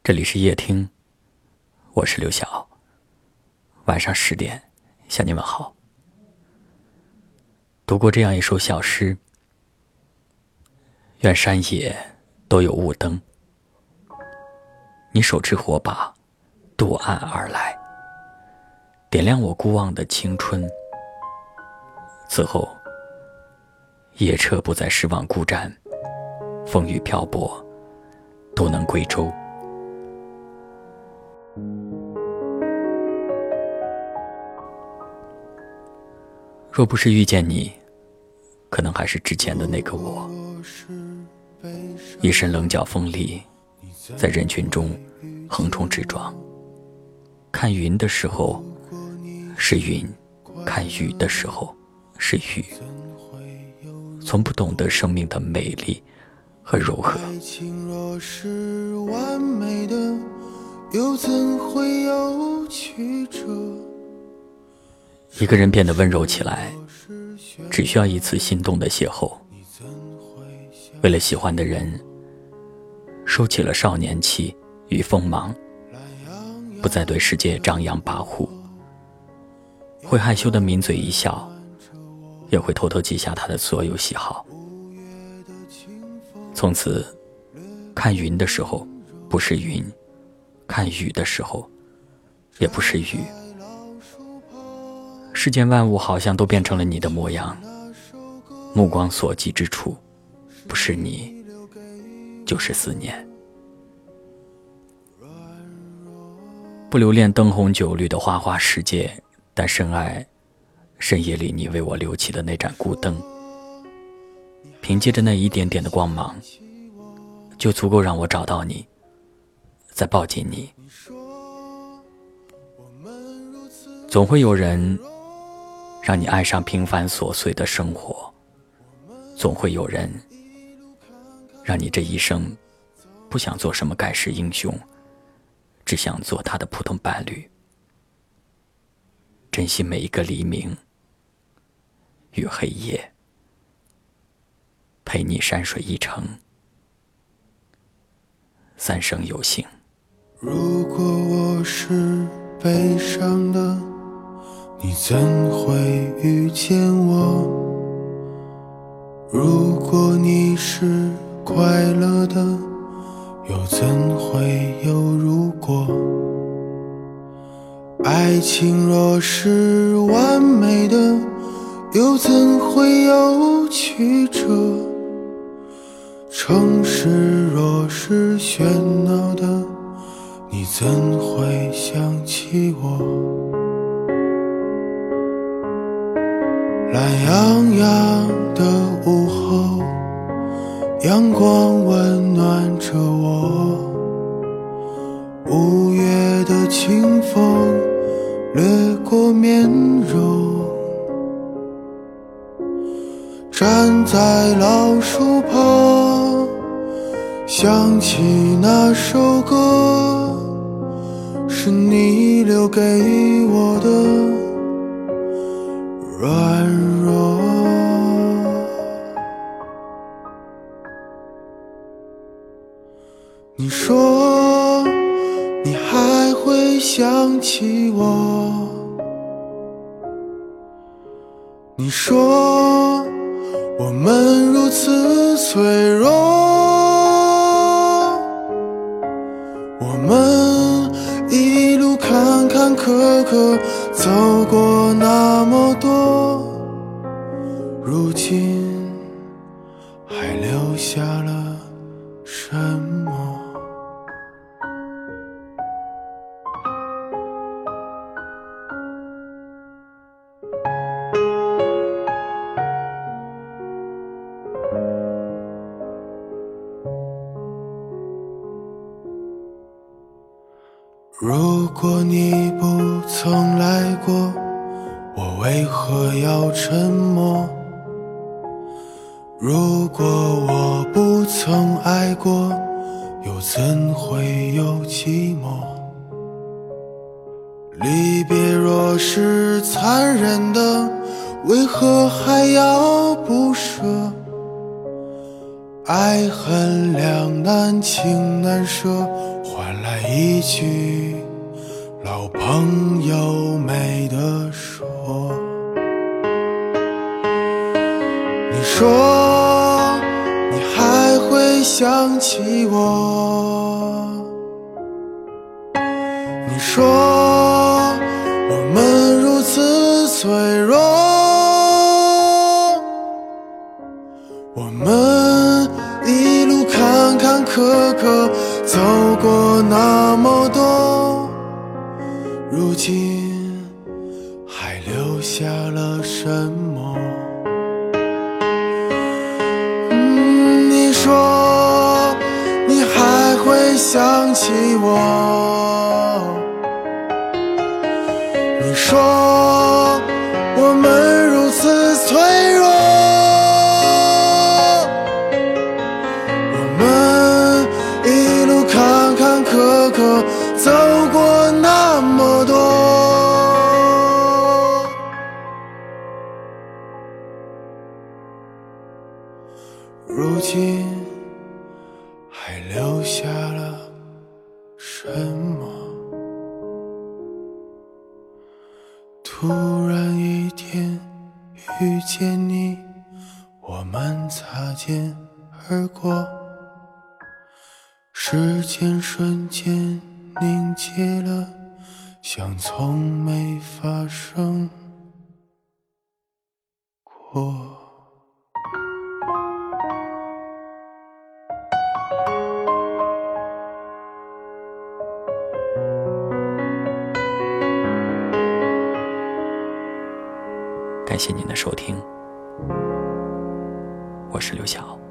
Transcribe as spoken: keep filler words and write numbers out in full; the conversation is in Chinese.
这里是夜听，我是刘晓。晚上十点向你们好。读过这样一首小诗：愿山野都有雾灯，你手持火把渡岸而来，点亮我孤望的青春。此后夜车不再失望孤站，风雨漂泊都能归舟。若不是遇见你，可能还是之前的那个我，一身棱角锋利，在人群中横冲直撞。看云的时候是云，看雨的时候是雨，从不懂得生命的美丽和柔和。 爱情若是完美的，又怎会有曲折？ 一个人变得温柔起来，只需要一次心动的邂逅。为了喜欢的人，收起了少年气与锋芒，不再对世界张扬跋扈，会害羞的抿嘴一笑，也会偷偷记下他的所有喜好。从此看云的时候不是云，看雨的时候也不是雨。世间万物好像都变成了你的模样，目光所及之处，不是你就是思念。不留恋灯红酒绿的花花世界，但深爱深夜里你为我留起的那盏孤灯。凭借着那一点点的光芒，就足够让我找到你，再抱紧你。总会有人让你爱上平凡琐碎的生活，总会有人让你这一生不想做什么盖世英雄，只想做他的普通伴侣。珍惜每一个黎明与黑夜，陪你山水一程，三生有幸。 如果我是悲伤的，你怎会遇见我？如果你是快乐的，又怎会有如果？爱情若是完美的，又怎会有曲折？城市若是喧闹的，你怎会想起我？懒洋洋的午后，阳光温暖着我，五月的清风掠过面容，站在老树旁，想起那首歌，是你留给我的软弱。你说你还会想起我，你说我们如此脆弱，我们一路坎坎坷坷走过那么多，如今还留下了什么？如果你不曾来过，我为何要沉默？如果我不曾爱过，又怎会有寂寞？离别若是残忍的，为何还要不舍？爱恨两难情难舍，换来一句老朋友没得说。你说你还会想起我，你说我们如此脆弱，我们一路坎坎坷坷走过那么多，如今还留下了什么？嗯，你说你还会想起我，你说我们如此脆弱，我们一路坎坎坷坷走过那么多，如今还留下了什么？突然一天遇见你，我们擦肩而过，时间瞬间凝结了，像从没发生过。 感谢您的收听，我是刘晓。